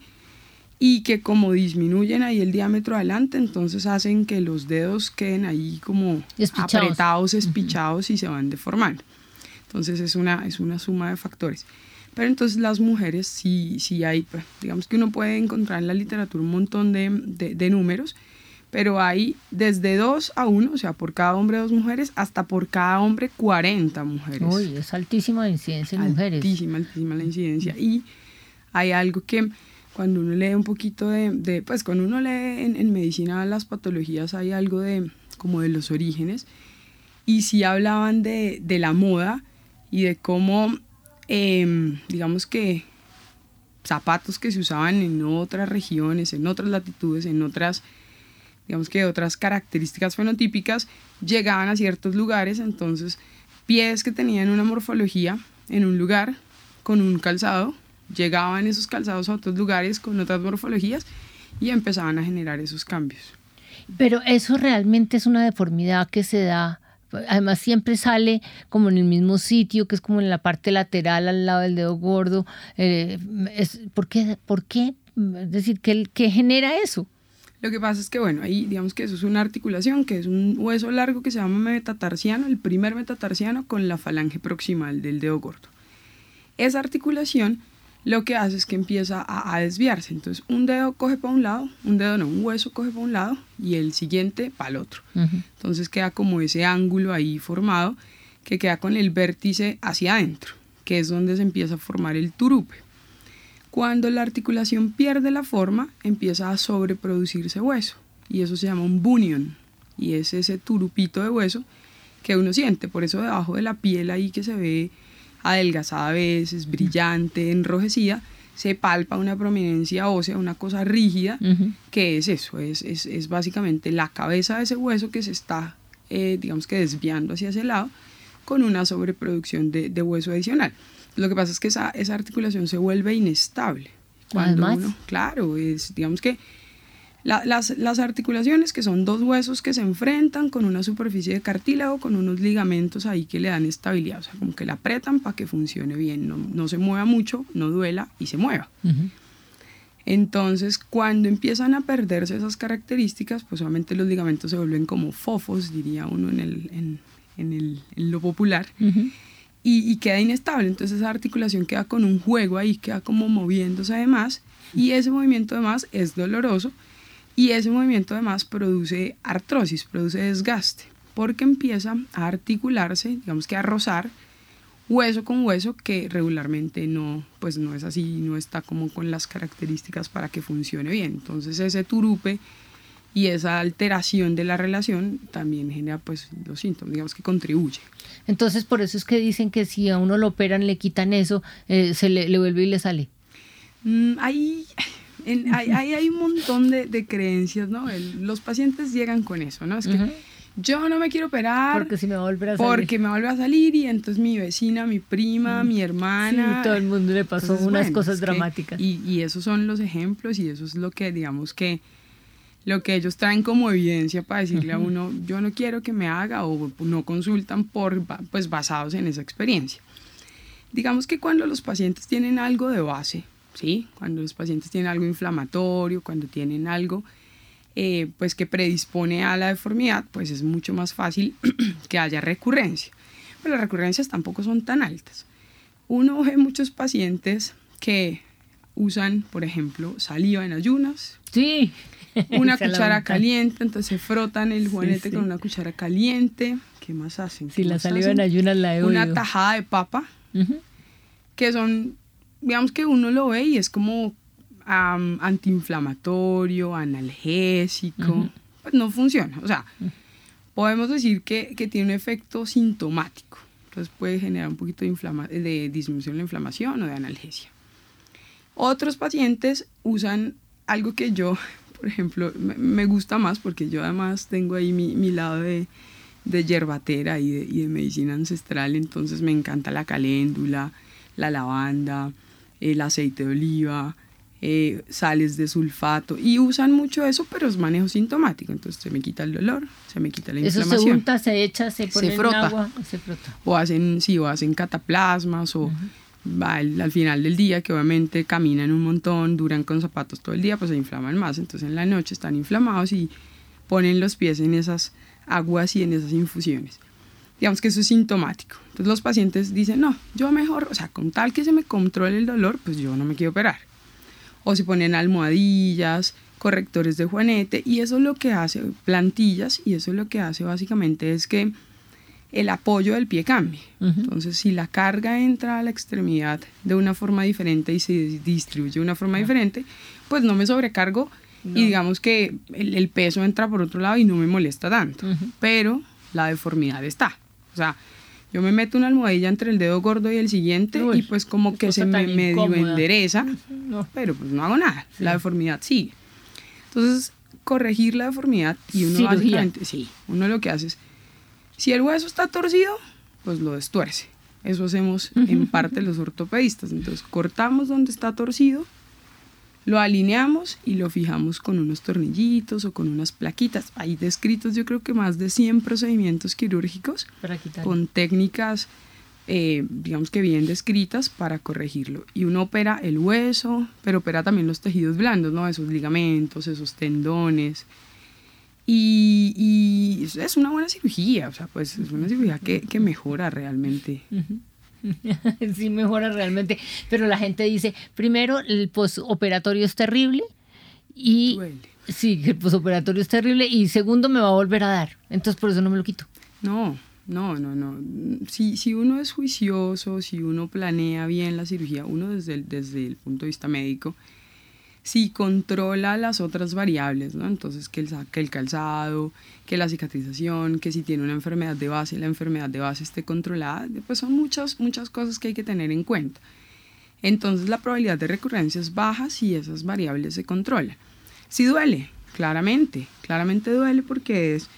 y que como disminuyen ahí el diámetro adelante, entonces hacen que los dedos queden ahí como espichados. apretados, espichados uh-huh. y se van deformando. Entonces es una, es una suma de factores. Pero entonces las mujeres sí, sí hay, digamos que uno puede encontrar en la literatura un montón de, de, de números, pero hay desde dos a uno, o sea, por cada hombre dos mujeres, hasta por cada hombre cuarenta mujeres. Uy, es altísima la incidencia en mujeres. Altísima, altísima la incidencia. Y hay algo que cuando uno lee un poquito de, de pues cuando uno lee en, en medicina las patologías, hay algo de como de los orígenes, y sí hablaban de, de la moda y de cómo, eh, digamos que zapatos que se usaban en otras regiones, en otras latitudes, en otras digamos que otras características fenotípicas llegaban a ciertos lugares, entonces pies que tenían una morfología en un lugar con un calzado, llegaban esos calzados a otros lugares con otras morfologías y empezaban a generar esos cambios. Pero eso realmente es una deformidad que se da, además siempre sale como en el mismo sitio, que es como en la parte lateral al lado del dedo gordo. Eh, es, ¿por qué? ¿Por qué? Es decir, ¿qué, qué genera eso? Lo que pasa es que, bueno, ahí digamos que eso es una articulación, que es un hueso largo que se llama metatarsiano, el primer metatarsiano con la falange proximal del dedo gordo. Esa articulación lo que hace es que empieza a, a desviarse. Entonces, un dedo coge para un lado, un dedo no, un hueso coge para un lado y el siguiente para el otro. Uh-huh. Entonces queda como ese ángulo ahí formado que queda con el vértice hacia adentro, que es donde se empieza a formar el turupe. Cuando la articulación pierde la forma, empieza a sobreproducirse hueso y eso se llama un bunion y es ese turupito de hueso que uno siente. Por eso debajo de la piel ahí que se ve adelgazada a veces, brillante, enrojecida, se palpa una prominencia ósea, una cosa rígida, uh-huh. que es eso, es, es, es básicamente la cabeza de ese hueso que se está, eh, digamos que desviando hacia ese lado, con una sobreproducción de, de hueso adicional. Lo que pasa es que esa, esa articulación se vuelve inestable. Cuando Además, uno, claro, es, digamos que La, las, las articulaciones, que son dos huesos que se enfrentan con una superficie de cartílago, con unos ligamentos ahí que le dan estabilidad, o sea, como que la apretan para que funcione bien, no, no se mueva mucho, no duela y se mueva. Uh-huh. Entonces, cuando empiezan a perderse esas características, pues obviamente los ligamentos se vuelven como fofos, diría uno en, el, en, en, el, en lo popular, uh-huh. y, y queda inestable. Entonces esa articulación queda con un juego ahí, queda como moviéndose además, y ese movimiento además es doloroso. Y ese movimiento además produce artrosis, produce desgaste, porque empieza a articularse, digamos que a rozar hueso con hueso, que regularmente no, pues no es así, no está como con las características para que funcione bien. Entonces ese turupe y esa alteración de la relación también genera pues los síntomas, digamos que contribuye. Entonces por eso es que dicen que si a uno lo operan, le quitan eso, eh, se le, le vuelve y le sale. Mm, ahí... En, hay, hay, hay un montón de, de creencias, ¿no? El, los pacientes llegan con eso, ¿no? Es que uh-huh. yo no me quiero operar porque si me va a volver a salir. Porque me vuelve a salir y entonces mi vecina, mi prima, uh-huh. mi hermana. Sí, todo el mundo le pasó entonces, unas bueno, cosas dramáticas. Que, y, y esos son los ejemplos y eso es lo que, digamos que, lo que ellos traen como evidencia para decirle uh-huh. a uno, yo no quiero que me haga, o no consultan por, pues basados en esa experiencia. Digamos que cuando los pacientes tienen algo de base, ¿sí? Cuando los pacientes tienen algo inflamatorio, cuando tienen algo eh, pues que predispone a la deformidad, pues es mucho más fácil que haya recurrencia. Pero las recurrencias tampoco son tan altas. Uno ve muchos pacientes que usan, por ejemplo, saliva en ayunas. Sí. Una cuchara caliente, entonces se frotan el juanete sí, sí. con una cuchara caliente. ¿Qué más hacen? ¿Qué sí, más la saliva hacen? en ayunas la he Una oído. tajada de papa, uh-huh. que son... digamos que uno lo ve y es como um, antiinflamatorio, analgésico, uh-huh. pues no funciona. O sea, uh-huh. podemos decir que, que tiene un efecto sintomático. Entonces puede generar un poquito de, inflama- de disminución de la inflamación o de analgesia. Otros pacientes usan algo que yo, por ejemplo, me, me gusta más porque yo además tengo ahí mi, mi lado de, de yerbatera y de, y de medicina ancestral, entonces me encanta la caléndula, la lavanda, el aceite de oliva, eh, sales de sulfato, y usan mucho eso, pero es manejo sintomático, entonces se me quita el dolor, se me quita la eso inflamación. Eso se unta, se echa, se pone se frota. en agua, se frota. O hacen, sí, o hacen cataplasmas, o uh-huh. va, al, al final del día, que obviamente caminan un montón, duran con zapatos todo el día, pues se inflaman más, entonces en la noche están inflamados y ponen los pies en esas aguas y en esas infusiones. Digamos que eso es sintomático. Entonces los pacientes dicen, no, yo mejor, o sea, con tal que se me controle el dolor, pues yo no me quiero operar. O se ponen almohadillas, correctores de juanete, y eso es lo que hace, plantillas, y eso es lo que hace básicamente es que el apoyo del pie cambie. Uh-huh. Entonces, si la carga entra a la extremidad de una forma diferente y se distribuye de una forma uh-huh. diferente, pues no me sobrecargo no. y digamos que el, el peso entra por otro lado y no me molesta tanto. Uh-huh. Pero la deformidad está. O sea, yo me meto una almohadilla entre el dedo gordo y el siguiente Uy, y pues como que se me medio endereza, no. pero pues no hago nada, sí. la deformidad sigue. Entonces, corregir la deformidad y uno Cirugía. básicamente, sí, uno lo que hace es, si el hueso está torcido, pues lo destuerce. Eso hacemos en parte los ortopedistas. Entonces, cortamos donde está torcido Lo alineamos y lo fijamos con unos tornillitos o con unas plaquitas. Hay descritos yo creo que más de cien procedimientos quirúrgicos con técnicas, eh, digamos que bien descritas para corregirlo. Y uno opera el hueso, pero opera también los tejidos blandos, ¿no? Esos ligamentos, esos tendones. Y, y es una buena cirugía, o sea, pues es una cirugía que, que mejora realmente. Sí, mejora realmente, pero la gente dice, primero el postoperatorio es terrible y Duele. Sí, el postoperatorio es terrible y segundo me va a volver a dar, entonces por eso no me lo quito. No, no, no, no. Si, si uno es juicioso, si uno planea bien la cirugía, uno desde el, desde el punto de vista médico, si controla las otras variables, ¿no? Entonces que el, que el calzado, que la cicatrización, que si tiene una enfermedad de base, la enfermedad de base esté controlada, pues son muchas, muchas cosas que hay que tener en cuenta. Entonces la probabilidad de recurrencia es baja si esas variables se controlan. Sí duele, claramente, claramente duele porque es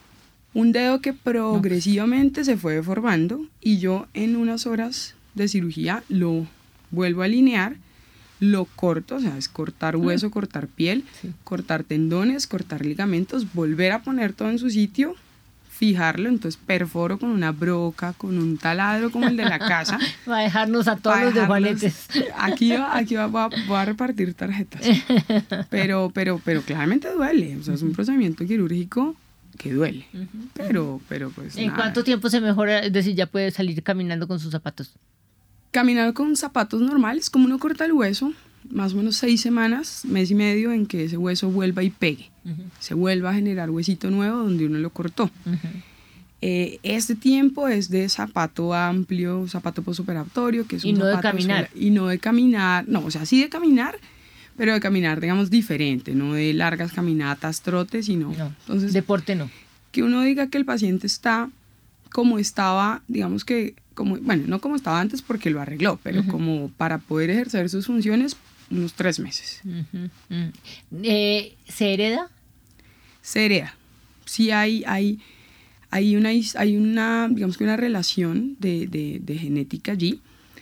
un dedo que progresivamente se fue deformando y yo en unas horas de cirugía lo vuelvo a alinear, lo corto, o sea, es cortar hueso, mm. cortar piel, sí. cortar tendones, cortar ligamentos, volver a poner todo en su sitio, fijarlo, entonces perforo con una broca, con un taladro como el de la casa. Va a dejarnos a todos los de Juanetes. Aquí, va, aquí va, va, voy a repartir tarjetas. Pero, pero, pero claramente duele, o sea, es un procedimiento quirúrgico que duele, uh-huh. pero, pero pues ¿En nada. cuánto tiempo se mejora? Es decir, ya puede salir caminando con sus zapatos. Caminar con zapatos normales, como uno corta el hueso, más o menos seis semanas, mes y medio en que ese hueso vuelva y pegue. Uh-huh. Se vuelva a generar huesito nuevo donde uno lo cortó. Uh-huh. Eh, este tiempo es de zapato amplio, zapato postoperatorio, que es un y no zapato de caminar. Sola, y no de caminar, no, o sea, sí de caminar, pero de caminar, digamos, diferente, no de largas caminatas, trotes, sino... No, entonces, deporte no. Que uno diga que el paciente está como estaba, digamos que, como, bueno, no como estaba antes porque lo arregló, pero uh-huh. como para poder ejercer sus funciones, unos tres meses. Uh-huh. Uh-huh. Eh, ¿Se hereda? Se hereda. Sí hay, hay, hay, una, hay una, digamos que una relación de, de, de genética allí.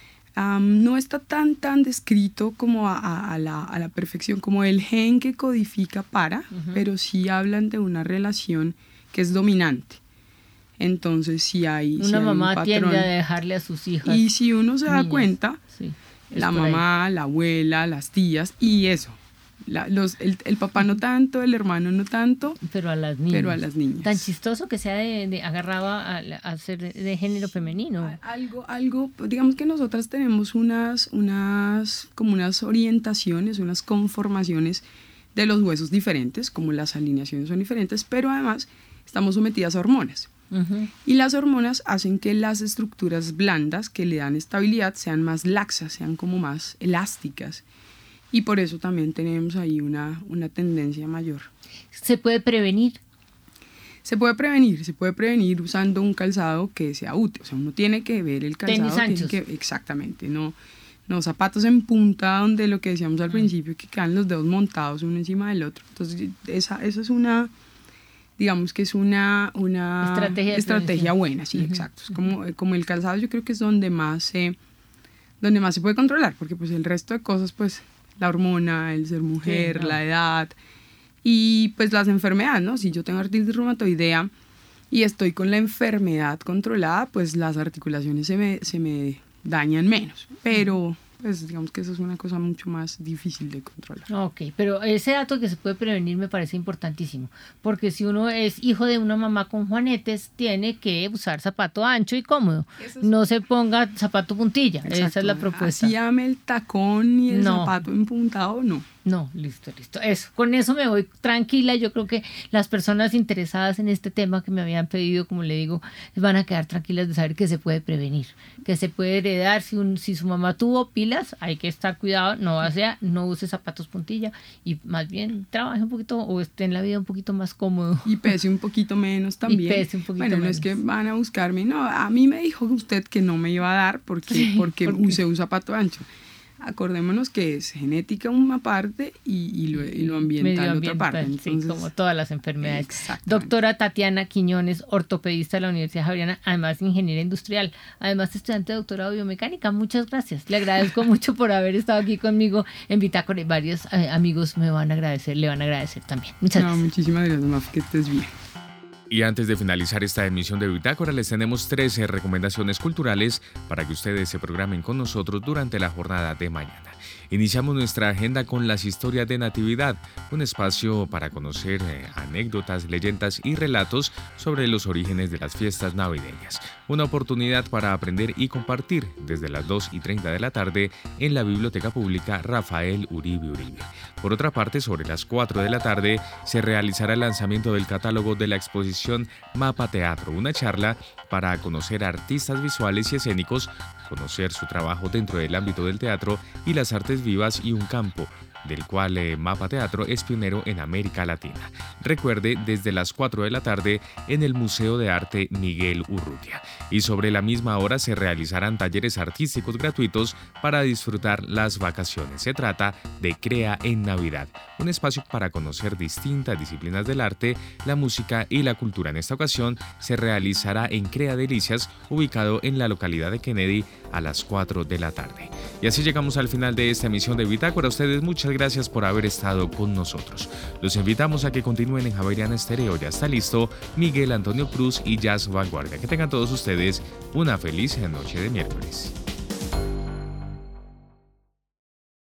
Um, no está tan, tan descrito como a, a, a, la, a la perfección, como el gen que codifica para, uh-huh. pero sí hablan de una relación que es dominante. Entonces si hay una si hay mamá un patrón, tiende a dejarle a sus hijas y si uno se niñas. da cuenta, sí, la mamá, ahí. La abuela, las tías y eso, la, los, el, el papá no tanto, el hermano no tanto, pero a las niñas, pero a las niñas. Tan chistoso que sea de, de agarrado a, a ser de, de género femenino. Algo, algo, digamos que nosotras tenemos unas, unas, como unas orientaciones, unas conformaciones de los huesos diferentes, como las alineaciones son diferentes, pero además estamos sometidas a hormonas. Uh-huh. Y las hormonas hacen que las estructuras blandas que le dan estabilidad sean más laxas, sean como más elásticas. Y por eso también tenemos ahí una, una tendencia mayor. ¿Se puede prevenir? Se puede prevenir, se puede prevenir usando un calzado que sea útil. O sea, uno tiene que ver el calzado. Tenis anchos. Tiene que, exactamente, no, no zapatos en punta donde lo que decíamos al uh-huh. principio, que quedan los dedos montados uno encima del otro. Entonces, esa, esa es una... digamos que es una, una estrategia, estrategia buena, sí, uh-huh. exacto. Es como, como el calzado yo creo que es donde más, se, donde más se puede controlar, porque pues el resto de cosas, pues la hormona, el ser mujer, sí, no. la edad y pues las enfermedades, ¿no? Si yo tengo artritis reumatoidea y estoy con la enfermedad controlada, pues las articulaciones se me, se me dañan menos, pero... pues digamos que eso es una cosa mucho más difícil de controlar. Ok, pero ese dato que se puede prevenir me parece importantísimo, porque si uno es hijo de una mamá con juanetes, tiene que usar zapato ancho y cómodo, es... no se ponga zapato puntilla. Exacto. Esa es la propuesta. Así ame el tacón y el no. zapato empuntado, no. No, listo, listo. Eso, con eso me voy tranquila. Yo creo que las personas interesadas en este tema que me habían pedido, como le digo, van a quedar tranquilas de saber que se puede prevenir, que se puede heredar. Si, un, si su mamá tuvo pilas, hay que estar cuidado, no sea, no use zapatos puntilla y más bien trabaje un poquito o esté en la vida un poquito más cómodo. Y pese un poquito menos también. Y pese un poquito bueno, menos. No es que van a buscarme, no, a mí me dijo usted que no me iba a dar porque, sí, porque, porque usé un zapato ancho. acordémonos que es genética una parte y, y, lo, y lo ambiental otra parte. Entonces, sí, como todas las enfermedades. Doctora Tatiana Quiñones, ortopedista de la Universidad Javeriana, además ingeniera industrial, además estudiante de doctorado de biomecánica. Muchas gracias. Le agradezco mucho por haber estado aquí conmigo en Bitácora, y varios eh, amigos me van a agradecer, le van a agradecer también. Muchas no, gracias. Muchísimas gracias, Maf, que estés bien. Y antes de finalizar esta emisión de Bitácora, les tenemos trece recomendaciones culturales para que ustedes se programen con nosotros durante la jornada de mañana. Iniciamos nuestra agenda con las historias de Natividad, un espacio para conocer eh, anécdotas, leyendas y relatos sobre los orígenes de las fiestas navideñas. Una oportunidad para aprender y compartir desde las dos y treinta de la tarde en la Biblioteca Pública Rafael Uribe Uribe. Por otra parte, sobre las cuatro de la tarde se realizará el lanzamiento del catálogo de la exposición Mapa Teatro, una charla para conocer a artistas visuales y escénicos, conocer su trabajo dentro del ámbito del teatro y las artes vivas, y un campo del cual eh, Mapa Teatro es pionero en América Latina. Recuerde, desde las cuatro de la tarde en el Museo de Arte Miguel Urrutia. Y sobre la misma hora se realizarán talleres artísticos gratuitos para disfrutar las vacaciones. Se trata de Crea en Navidad, un espacio para conocer distintas disciplinas del arte, la música y la cultura. En esta ocasión se realizará en Crea Delicias, ubicado en la localidad de Kennedy, a las cuatro de la tarde. Y así llegamos al final de esta emisión de Bitácora. A ustedes muchas gracias por haber estado con nosotros. Los invitamos a que continúen en Javeriana Estéreo. Ya está listo Miguel Antonio Cruz y Jazz Vanguardia. Que tengan todos ustedes una feliz noche de miércoles.